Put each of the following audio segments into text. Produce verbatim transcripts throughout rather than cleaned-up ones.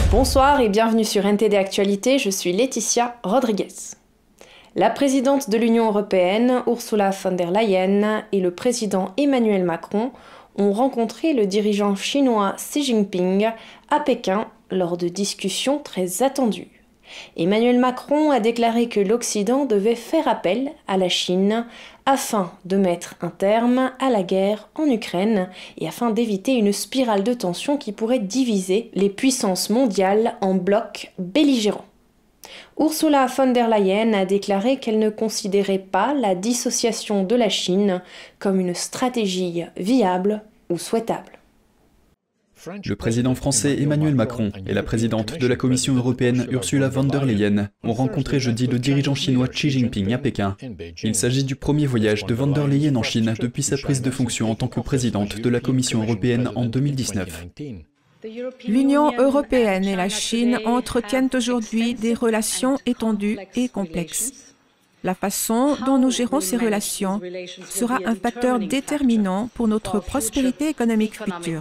Bonsoir et bienvenue sur N T D Actualité, je suis Laetitia Rodriguez. La présidente de l'Union européenne, Ursula von der Leyen, et le président Emmanuel Macron ont rencontré le dirigeant chinois Xi Jinping à Pékin lors de discussions très attendues. Emmanuel Macron a déclaré que l'Occident devait faire appel à la Chine afin de mettre un terme à la guerre en Ukraine et afin d'éviter une spirale de tension qui pourrait diviser les puissances mondiales en blocs belligérants. Ursula von der Leyen a déclaré qu'elle ne considérait pas la dissociation de la Chine comme une stratégie viable ou souhaitable. Le président français Emmanuel Macron et la présidente de la Commission européenne Ursula von der Leyen ont rencontré jeudi le dirigeant chinois Xi Jinping à Pékin. Il s'agit du premier voyage de von der Leyen en Chine depuis sa prise de fonction en tant que présidente de la Commission européenne en deux mille dix-neuf. L'Union européenne et la Chine entretiennent aujourd'hui des relations étendues et complexes. La façon dont nous gérons ces relations sera un facteur déterminant pour notre prospérité économique future.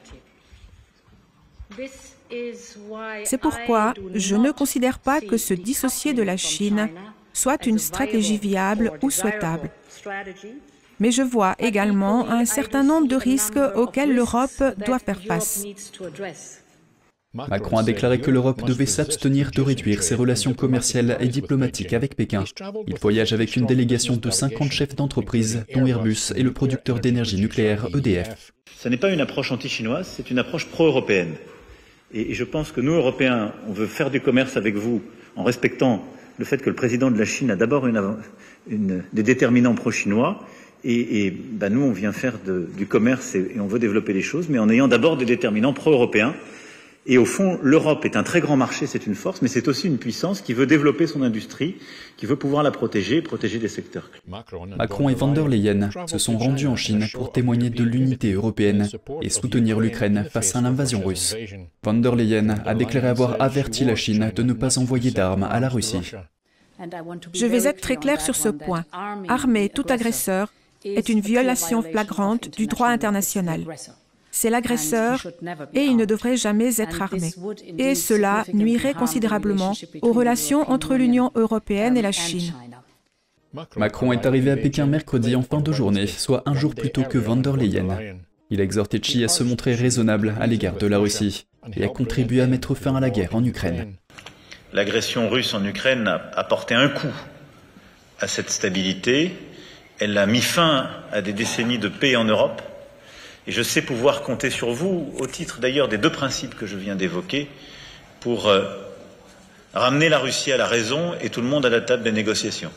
C'est pourquoi je ne considère pas que se dissocier de la Chine soit une stratégie viable ou souhaitable. Mais je vois également un certain nombre de risques auxquels l'Europe doit faire face. Macron a déclaré que l'Europe devait s'abstenir de réduire ses relations commerciales et diplomatiques avec Pékin. Il voyage avec une délégation de cinquante chefs d'entreprise, dont Airbus et le producteur d'énergie nucléaire E D F. Ce n'est pas une approche anti-chinoise, c'est une approche pro-européenne. Et je pense que nous, Européens, on veut faire du commerce avec vous en respectant le fait que le président de la Chine a d'abord une, une, des déterminants pro-chinois. Et, et ben nous, on vient faire de, du commerce et, et on veut développer les choses, mais en ayant d'abord des déterminants pro-européens. Et au fond, l'Europe est un très grand marché, c'est une force, mais c'est aussi une puissance qui veut développer son industrie, qui veut pouvoir la protéger et protéger des secteurs. Macron et von der Leyen se sont rendus en Chine pour témoigner de l'unité européenne et soutenir l'Ukraine face à l'invasion russe. Von der Leyen a déclaré avoir averti la Chine de ne pas envoyer d'armes à la Russie. Je vais être très clair sur ce point. Armer tout agresseur est une violation flagrante du droit international. C'est l'agresseur et il ne devrait jamais être armé. Et cela nuirait considérablement aux relations entre l'Union européenne et la Chine. Macron est arrivé à Pékin mercredi en fin de journée, soit un jour plus tôt que von der Leyen. Il a exhorté Xi à se montrer raisonnable à l'égard de la Russie et a contribué à mettre fin à la guerre en Ukraine. L'agression russe en Ukraine a porté un coup à cette stabilité. Elle a mis fin à des décennies de paix en Europe. Et je sais pouvoir compter sur vous, au titre d'ailleurs des deux principes que je viens d'évoquer, pour euh, ramener la Russie à la raison et tout le monde à la table des négociations.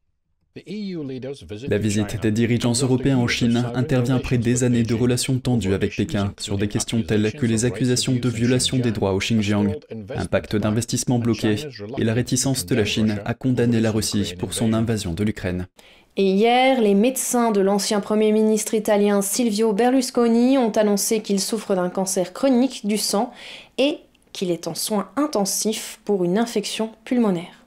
La visite des dirigeants européens en Chine intervient après des années de relations tendues avec Pékin sur des questions telles que les accusations de violation des droits au Xinjiang, un pacte d'investissement bloqué et la réticence de la Chine à condamner la Russie pour son invasion de l'Ukraine. Et hier, les médecins de l'ancien Premier ministre italien Silvio Berlusconi ont annoncé qu'il souffre d'un cancer chronique du sang et qu'il est en soins intensifs pour une infection pulmonaire.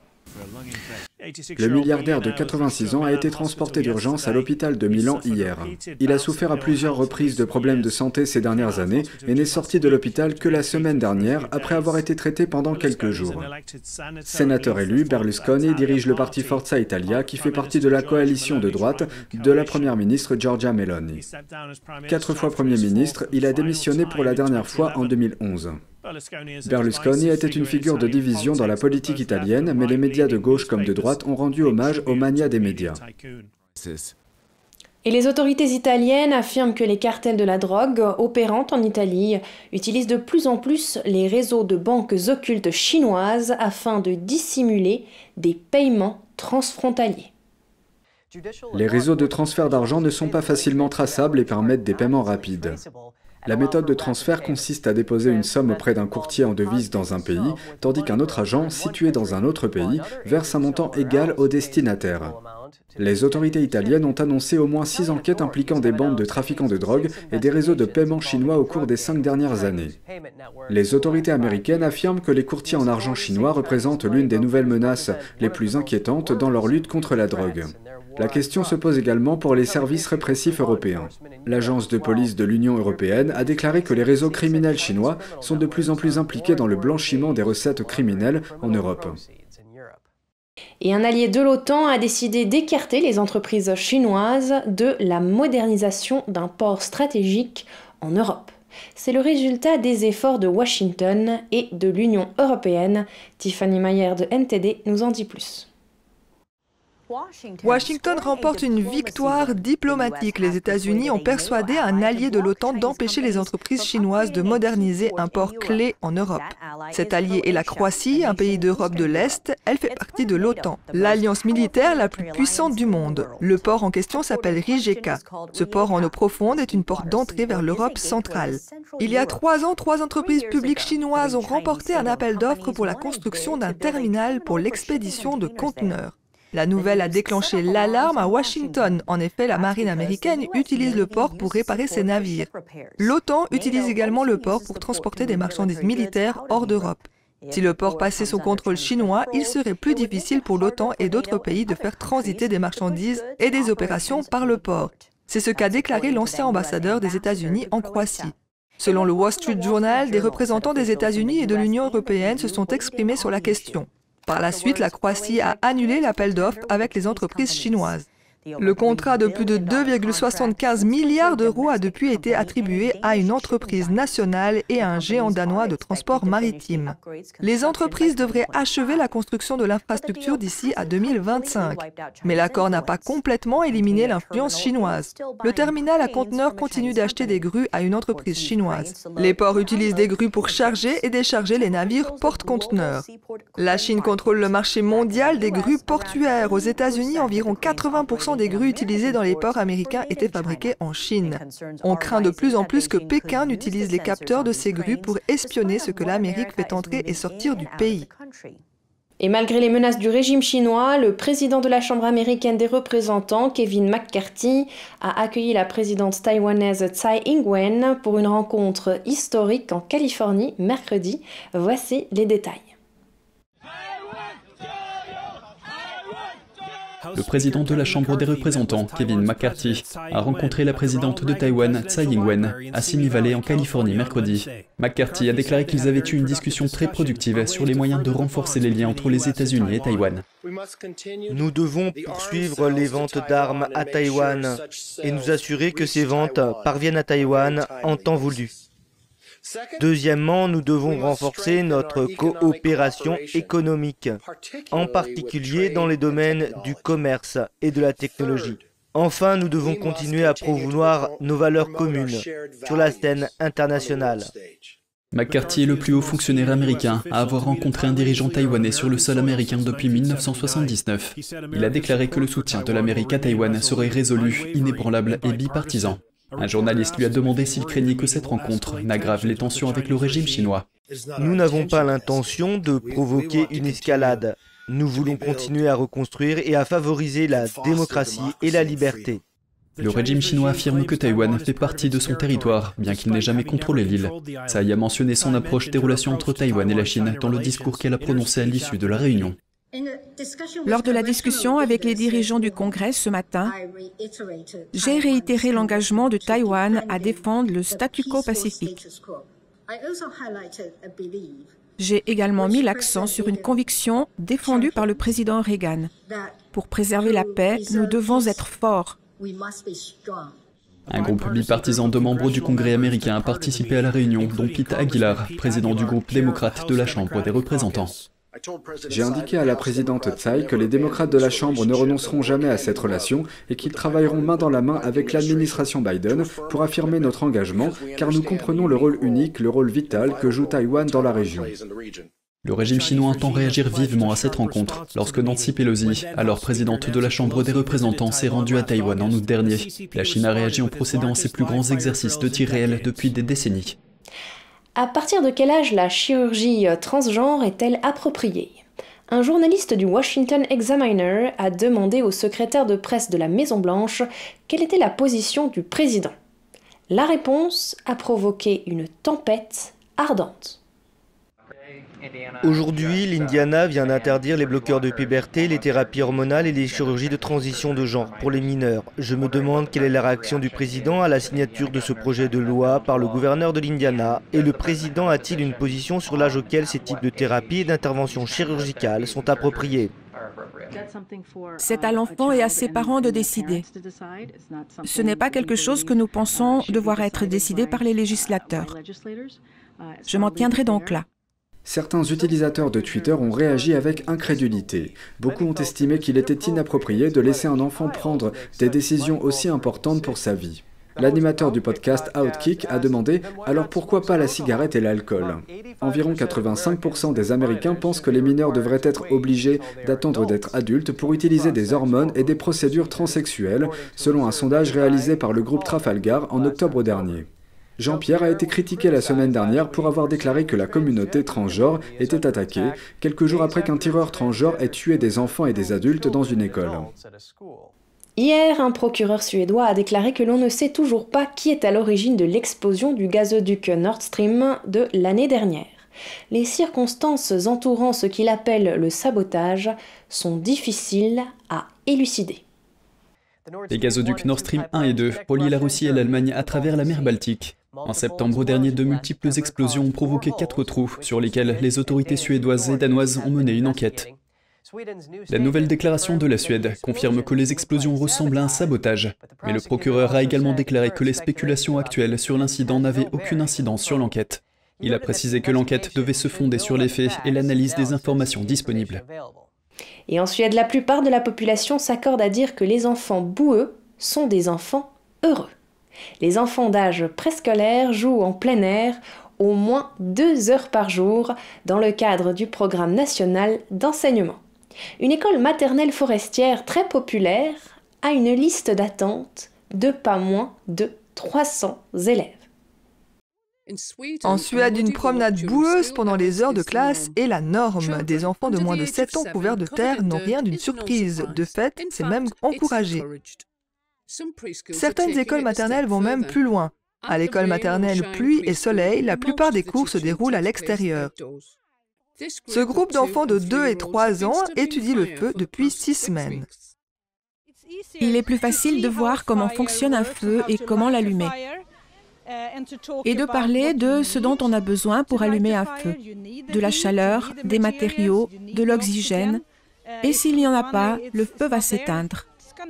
Le milliardaire de quatre-vingt-six ans a été transporté d'urgence à l'hôpital de Milan hier. Il a souffert à plusieurs reprises de problèmes de santé ces dernières années et n'est sorti de l'hôpital que la semaine dernière après avoir été traité pendant quelques jours. Sénateur élu, Berlusconi dirige le parti Forza Italia qui fait partie de la coalition de droite de la première ministre Giorgia Meloni. Quatre fois Premier ministre, il a démissionné pour la dernière fois en deux mille onze. Berlusconi était une figure de division dans la politique italienne, mais les médias de gauche comme de droite ont rendu hommage au mania des médias. Et les autorités italiennes affirment que les cartels de la drogue opérant en Italie utilisent de plus en plus les réseaux de banques occultes chinoises afin de dissimuler des paiements transfrontaliers. Les réseaux de transfert d'argent ne sont pas facilement traçables et permettent des paiements rapides. La méthode de transfert consiste à déposer une somme auprès d'un courtier en devise dans un pays, tandis qu'un autre agent, situé dans un autre pays, verse un montant égal au destinataire. Les autorités italiennes ont annoncé au moins six enquêtes impliquant des bandes de trafiquants de drogue et des réseaux de paiement chinois au cours des cinq dernières années. Les autorités américaines affirment que les courtiers en argent chinois représentent l'une des nouvelles menaces les plus inquiétantes dans leur lutte contre la drogue. La question se pose également pour les services répressifs européens. L'agence de police de l'Union européenne a déclaré que les réseaux criminels chinois sont de plus en plus impliqués dans le blanchiment des recettes criminelles en Europe. Et un allié de l'OTAN a décidé d'écarter les entreprises chinoises de la modernisation d'un port stratégique en Europe. C'est le résultat des efforts de Washington et de l'Union européenne. Tiffany Mayer de N T D nous en dit plus. Washington remporte une victoire diplomatique. Les États-Unis ont persuadé un allié de l'OTAN d'empêcher les entreprises chinoises de moderniser un port clé en Europe. Cet allié est la Croatie, un pays d'Europe de l'Est. Elle fait partie de l'OTAN, l'alliance militaire la plus puissante du monde. Le port en question s'appelle Rijeka. Ce port en eau profonde est une porte d'entrée vers l'Europe centrale. Il y a trois ans, trois entreprises publiques chinoises ont remporté un appel d'offres pour la construction d'un terminal pour l'expédition de conteneurs. La nouvelle a déclenché l'alarme à Washington. En effet, la marine américaine utilise le port pour réparer ses navires. L'OTAN utilise également le port pour transporter des marchandises militaires hors d'Europe. Si le port passait sous contrôle chinois, il serait plus difficile pour l'OTAN et d'autres pays de faire transiter des marchandises et des opérations par le port. C'est ce qu'a déclaré l'ancien ambassadeur des États-Unis en Croatie. Selon le Wall Street Journal, des représentants des États-Unis et de l'Union européenne se sont exprimés sur la question. Par la suite, la Croatie a annulé l'appel d'offres avec les entreprises chinoises. Le contrat de plus de deux virgule soixante-quinze milliards d'euros a depuis été attribué à une entreprise nationale et à un géant danois de transport maritime. Les entreprises devraient achever la construction de l'infrastructure d'ici à deux mille vingt-cinq. Mais l'accord n'a pas complètement éliminé l'influence chinoise. Le terminal à conteneurs continue d'acheter des grues à une entreprise chinoise. Les ports utilisent des grues pour charger et décharger les navires porte-conteneurs. La Chine contrôle le marché mondial des grues portuaires. Aux États-Unis, environ quatre-vingts pour cent des grues utilisées dans les ports américains étaient fabriquées en Chine. On craint de plus en plus que Pékin n'utilise les capteurs de ces grues pour espionner ce que l'Amérique fait entrer et sortir du pays. Et malgré les menaces du régime chinois, le président de la Chambre américaine des représentants, Kevin McCarthy, a accueilli la présidente taïwanaise Tsai Ing-wen pour une rencontre historique en Californie mercredi. Voici les détails. Le président de la Chambre des représentants, Kevin McCarthy, a rencontré la présidente de Taïwan, Tsai Ing-wen, à Simi Valley en Californie mercredi. McCarthy a déclaré qu'ils avaient eu une discussion très productive sur les moyens de renforcer les liens entre les États-Unis et Taïwan. Nous devons poursuivre les ventes d'armes à Taïwan et nous assurer que ces ventes parviennent à Taïwan en temps voulu. Deuxièmement, nous devons renforcer notre coopération économique, en particulier dans les domaines du commerce et de la technologie. Enfin, nous devons continuer à promouvoir nos valeurs communes sur la scène internationale. McCarthy est le plus haut fonctionnaire américain à avoir rencontré un dirigeant taïwanais sur le sol américain depuis mille neuf cent soixante-dix-neuf. Il a déclaré que le soutien de l'Amérique à Taïwan serait résolu, inébranlable et bipartisan. Un journaliste lui a demandé s'il craignait que cette rencontre n'aggrave les tensions avec le régime chinois. Nous n'avons pas l'intention de provoquer une escalade. Nous voulons continuer à reconstruire et à favoriser la démocratie et la liberté. Le régime chinois affirme que Taïwan fait partie de son territoire, bien qu'il n'ait jamais contrôlé l'île. Tsai a mentionné son approche des relations entre Taïwan et la Chine dans le discours qu'elle a prononcé à l'issue de la réunion. Lors de la discussion avec les dirigeants du Congrès ce matin, j'ai réitéré l'engagement de Taïwan à défendre le statu quo pacifique. J'ai également mis l'accent sur une conviction défendue par le président Reagan. Pour préserver la paix, nous devons être forts. Un groupe bipartisan de membres du Congrès américain a participé à la réunion, dont Pete Aguilar, président du groupe démocrate de la Chambre des représentants. J'ai indiqué à la présidente Tsai que les démocrates de la Chambre ne renonceront jamais à cette relation et qu'ils travailleront main dans la main avec l'administration Biden pour affirmer notre engagement, car nous comprenons le rôle unique, le rôle vital que joue Taïwan dans la région. Le régime chinois entend réagir vivement à cette rencontre, lorsque Nancy Pelosi, alors présidente de la Chambre des représentants, s'est rendue à Taïwan en août dernier. La Chine a réagi en procédant à ses plus grands exercices de tir réel depuis des décennies. À partir de quel âge la chirurgie transgenre est-elle appropriée? Un journaliste du Washington Examiner a demandé au secrétaire de presse de la Maison-Blanche quelle était la position du président. La réponse a provoqué une tempête ardente. Aujourd'hui, l'Indiana vient d'interdire les bloqueurs de puberté, les thérapies hormonales et les chirurgies de transition de genre pour les mineurs. Je me demande quelle est la réaction du président à la signature de ce projet de loi par le gouverneur de l'Indiana, et le président a-t-il une position sur l'âge auquel ces types de thérapies et d'interventions chirurgicales sont appropriés? C'est à l'enfant et à ses parents de décider. Ce n'est pas quelque chose que nous pensons devoir être décidé par les législateurs. Je m'en tiendrai donc là. Certains utilisateurs de Twitter ont réagi avec incrédulité. Beaucoup ont estimé qu'il était inapproprié de laisser un enfant prendre des décisions aussi importantes pour sa vie. L'animateur du podcast Outkick a demandé « Alors pourquoi pas la cigarette et l'alcool ?» Environ quatre-vingt-cinq pour cent des Américains pensent que les mineurs devraient être obligés d'attendre d'être adultes pour utiliser des hormones et des procédures transsexuelles, selon un sondage réalisé par le groupe Trafalgar en octobre dernier. Jean-Pierre a été critiqué la semaine dernière pour avoir déclaré que la communauté transgenre était attaquée, quelques jours après qu'un tireur transgenre ait tué des enfants et des adultes dans une école. Hier, un procureur suédois a déclaré que l'on ne sait toujours pas qui est à l'origine de l'explosion du gazoduc Nord Stream de l'année dernière. Les circonstances entourant ce qu'il appelle le sabotage sont difficiles à élucider. Les gazoducs Nord Stream un et deux relient la Russie et l'Allemagne à travers la mer Baltique. En septembre dernier, de multiples explosions ont provoqué quatre trous sur lesquels les autorités suédoises et danoises ont mené une enquête. La nouvelle déclaration de la Suède confirme que les explosions ressemblent à un sabotage, mais le procureur a également déclaré que les spéculations actuelles sur l'incident n'avaient aucune incidence sur l'enquête. Il a précisé que l'enquête devait se fonder sur les faits et l'analyse des informations disponibles. Et en Suède, la plupart de la population s'accorde à dire que les enfants boueux sont des enfants heureux. Les enfants d'âge préscolaire jouent en plein air au moins deux heures par jour dans le cadre du programme national d'enseignement. Une école maternelle forestière très populaire a une liste d'attente de pas moins de trois cents élèves. En Suède, une promenade boueuse pendant les heures de classe est la norme. Des enfants de moins de sept ans couverts de terre n'ont rien d'une surprise. De fait, c'est même encouragé. Certaines écoles maternelles vont même plus loin. À l'école maternelle Pluie et Soleil, la plupart des cours se déroulent à l'extérieur. Ce groupe d'enfants de deux et trois ans étudie le feu depuis six semaines. Il est plus facile de voir comment fonctionne un feu et comment l'allumer, et de parler de ce dont on a besoin pour allumer un feu, de la chaleur, des matériaux, de l'oxygène, et s'il n'y en a pas, le feu va s'éteindre.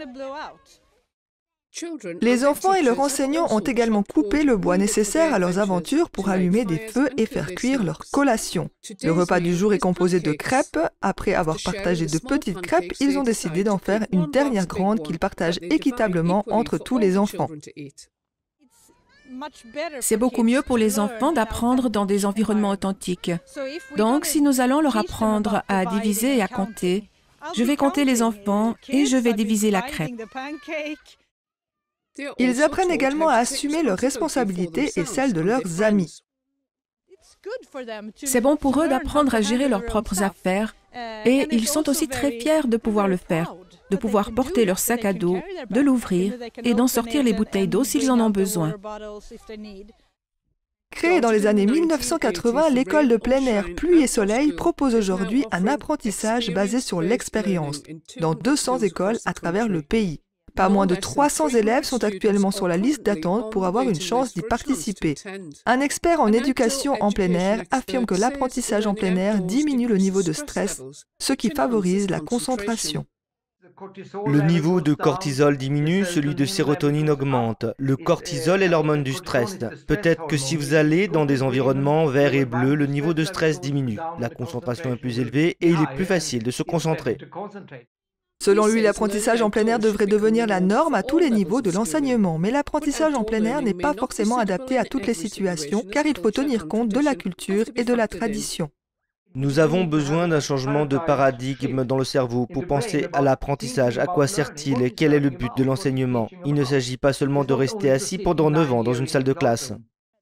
Les enfants et leurs enseignants ont également coupé le bois nécessaire à leurs aventures pour allumer des feux et faire cuire leur collation. Le repas du jour est composé de crêpes. Après avoir partagé de petites crêpes, ils ont décidé d'en faire une dernière grande qu'ils partagent équitablement entre tous les enfants. C'est beaucoup mieux pour les enfants d'apprendre dans des environnements authentiques. Donc, si nous allons leur apprendre à diviser et à compter, je vais compter les enfants et je vais diviser la crêpe. Ils apprennent également à assumer leurs responsabilités et celles de leurs amis. C'est bon pour eux d'apprendre à gérer leurs propres affaires et ils sont aussi très fiers de pouvoir le faire, de pouvoir porter leur sac à dos, de l'ouvrir et d'en sortir les bouteilles d'eau s'ils en ont besoin. Créée dans les années mille neuf cent quatre-vingts, l'école de plein air Pluie et Soleil propose aujourd'hui un apprentissage basé sur l'expérience dans deux cents écoles à travers le pays. Pas moins de trois cents élèves sont actuellement sur la liste d'attente pour avoir une chance d'y participer. Un expert en éducation en plein air affirme que l'apprentissage en plein air diminue le niveau de stress, ce qui favorise la concentration. Le niveau de cortisol diminue, celui de sérotonine augmente. Le cortisol est l'hormone du stress. Peut-être que si vous allez dans des environnements verts et bleus, le niveau de stress diminue. La concentration est plus élevée et il est plus facile de se concentrer. Selon lui, l'apprentissage en plein air devrait devenir la norme à tous les niveaux de l'enseignement. Mais l'apprentissage en plein air n'est pas forcément adapté à toutes les situations, car il faut tenir compte de la culture et de la tradition. Nous avons besoin d'un changement de paradigme dans le cerveau pour penser à l'apprentissage. À quoi sert-il et quel est le but de l'enseignement? Il ne s'agit pas seulement de rester assis pendant neuf ans dans une salle de classe.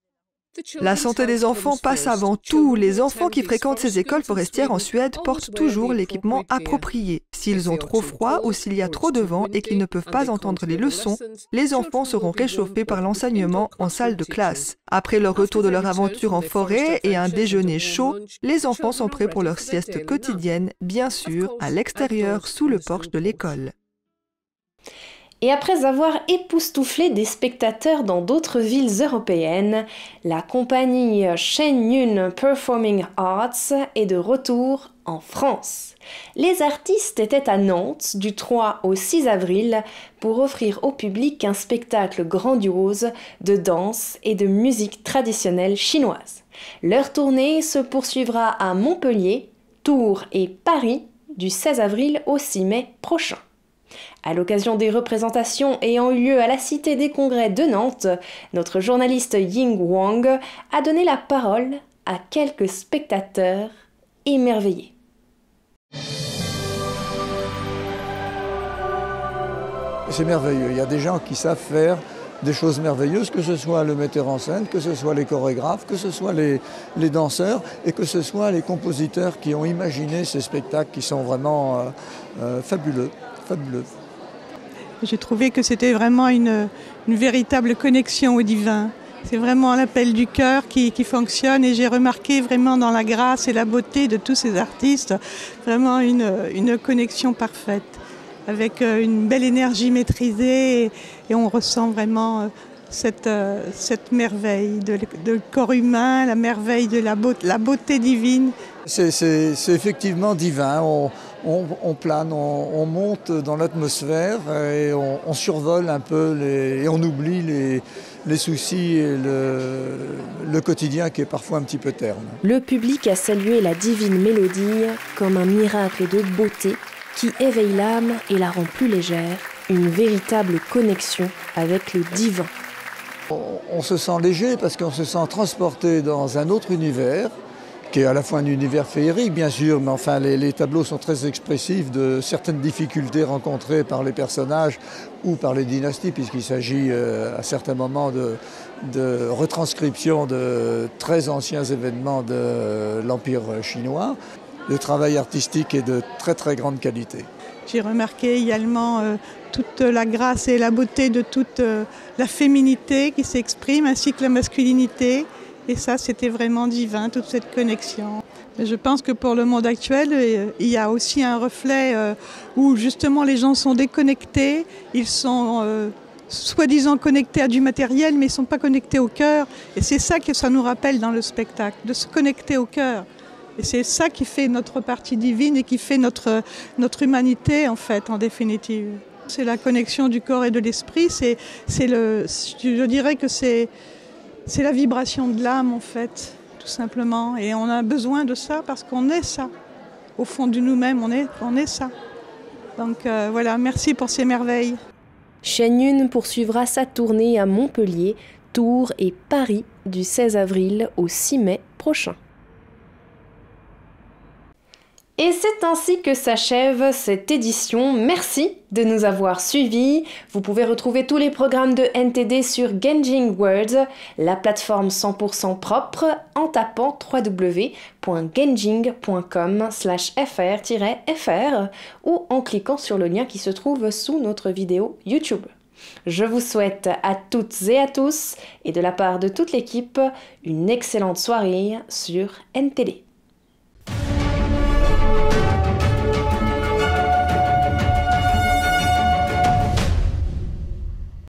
La santé des enfants passe avant tout. Les enfants qui fréquentent ces écoles forestières en Suède portent toujours l'équipement approprié. S'ils ont trop froid ou s'il y a trop de vent et qu'ils ne peuvent pas entendre les leçons, les enfants seront réchauffés par l'enseignement en salle de classe. Après leur retour de leur aventure en forêt et un déjeuner chaud, les enfants sont prêts pour leur sieste quotidienne, bien sûr, à l'extérieur, sous le porche de l'école. Et après avoir époustouflé des spectateurs dans d'autres villes européennes, la compagnie Shen Yun Performing Arts est de retour en France. Les artistes étaient à Nantes du trois au six avril pour offrir au public un spectacle grandiose de danse et de musique traditionnelle chinoise. Leur tournée se poursuivra à Montpellier, Tours et Paris du seize avril au six mai prochain. À l'occasion des représentations ayant eu lieu à la Cité des Congrès de Nantes, notre journaliste Ying Wang a donné la parole à quelques spectateurs émerveillés. C'est merveilleux, il y a des gens qui savent faire des choses merveilleuses, que ce soit le metteur en scène, que ce soit les chorégraphes, que ce soit les, les danseurs et que ce soit les compositeurs qui ont imaginé ces spectacles qui sont vraiment euh, euh, fabuleux, fabuleux. J'ai trouvé que c'était vraiment une, une véritable connexion au divin. C'est vraiment l'appel du cœur qui, qui fonctionne et j'ai remarqué vraiment dans la grâce et la beauté de tous ces artistes, vraiment une, une connexion parfaite, avec une belle énergie maîtrisée et, et on ressent vraiment cette, cette merveille de, de le corps humain, la merveille de la beauté, la beauté divine. C'est effectivement divin. On, On, on plane, on, on monte dans l'atmosphère et on, on survole un peu les, et on oublie les, les soucis et le, le quotidien qui est parfois un petit peu terne. Le public a salué la divine mélodie comme un miracle de beauté qui éveille l'âme et la rend plus légère, une véritable connexion avec le divin. On, on se sent léger parce qu'on se sent transporté dans un autre univers, qui est à la fois un univers féerique, bien sûr, mais enfin les, les tableaux sont très expressifs de certaines difficultés rencontrées par les personnages ou par les dynasties, puisqu'il s'agit euh, à certains moments de, de retranscription de très anciens événements de l'Empire chinois. Le travail artistique est de très très grande qualité. J'ai remarqué également euh, toute la grâce et la beauté de toute euh, la féminité qui s'exprime, ainsi que la masculinité. Et ça, c'était vraiment divin, toute cette connexion. Je pense que pour le monde actuel, il y a aussi un reflet où justement les gens sont déconnectés, ils sont euh, soi-disant connectés à du matériel, mais ils ne sont pas connectés au cœur. Et c'est ça que ça nous rappelle dans le spectacle, de se connecter au cœur. Et c'est ça qui fait notre partie divine et qui fait notre, notre humanité, en fait, en définitive. C'est la connexion du corps et de l'esprit, c'est, c'est le, je dirais que c'est... C'est la vibration de l'âme, en fait, tout simplement. Et on a besoin de ça parce qu'on est ça. Au fond de nous-mêmes, on est, on est ça. Donc euh, voilà, merci pour ces merveilles. Shen Yun poursuivra sa tournée à Montpellier, Tours et Paris du seize avril au six mai prochain. Et c'est ainsi que s'achève cette édition. Merci de nous avoir suivis. Vous pouvez retrouver tous les programmes de N T D sur Genjing World, la plateforme cent pour cent propre, en tapant w w w point genjing point com slash f r tiret f r ou en cliquant sur le lien qui se trouve sous notre vidéo YouTube. Je vous souhaite à toutes et à tous, et de la part de toute l'équipe, une excellente soirée sur N T D.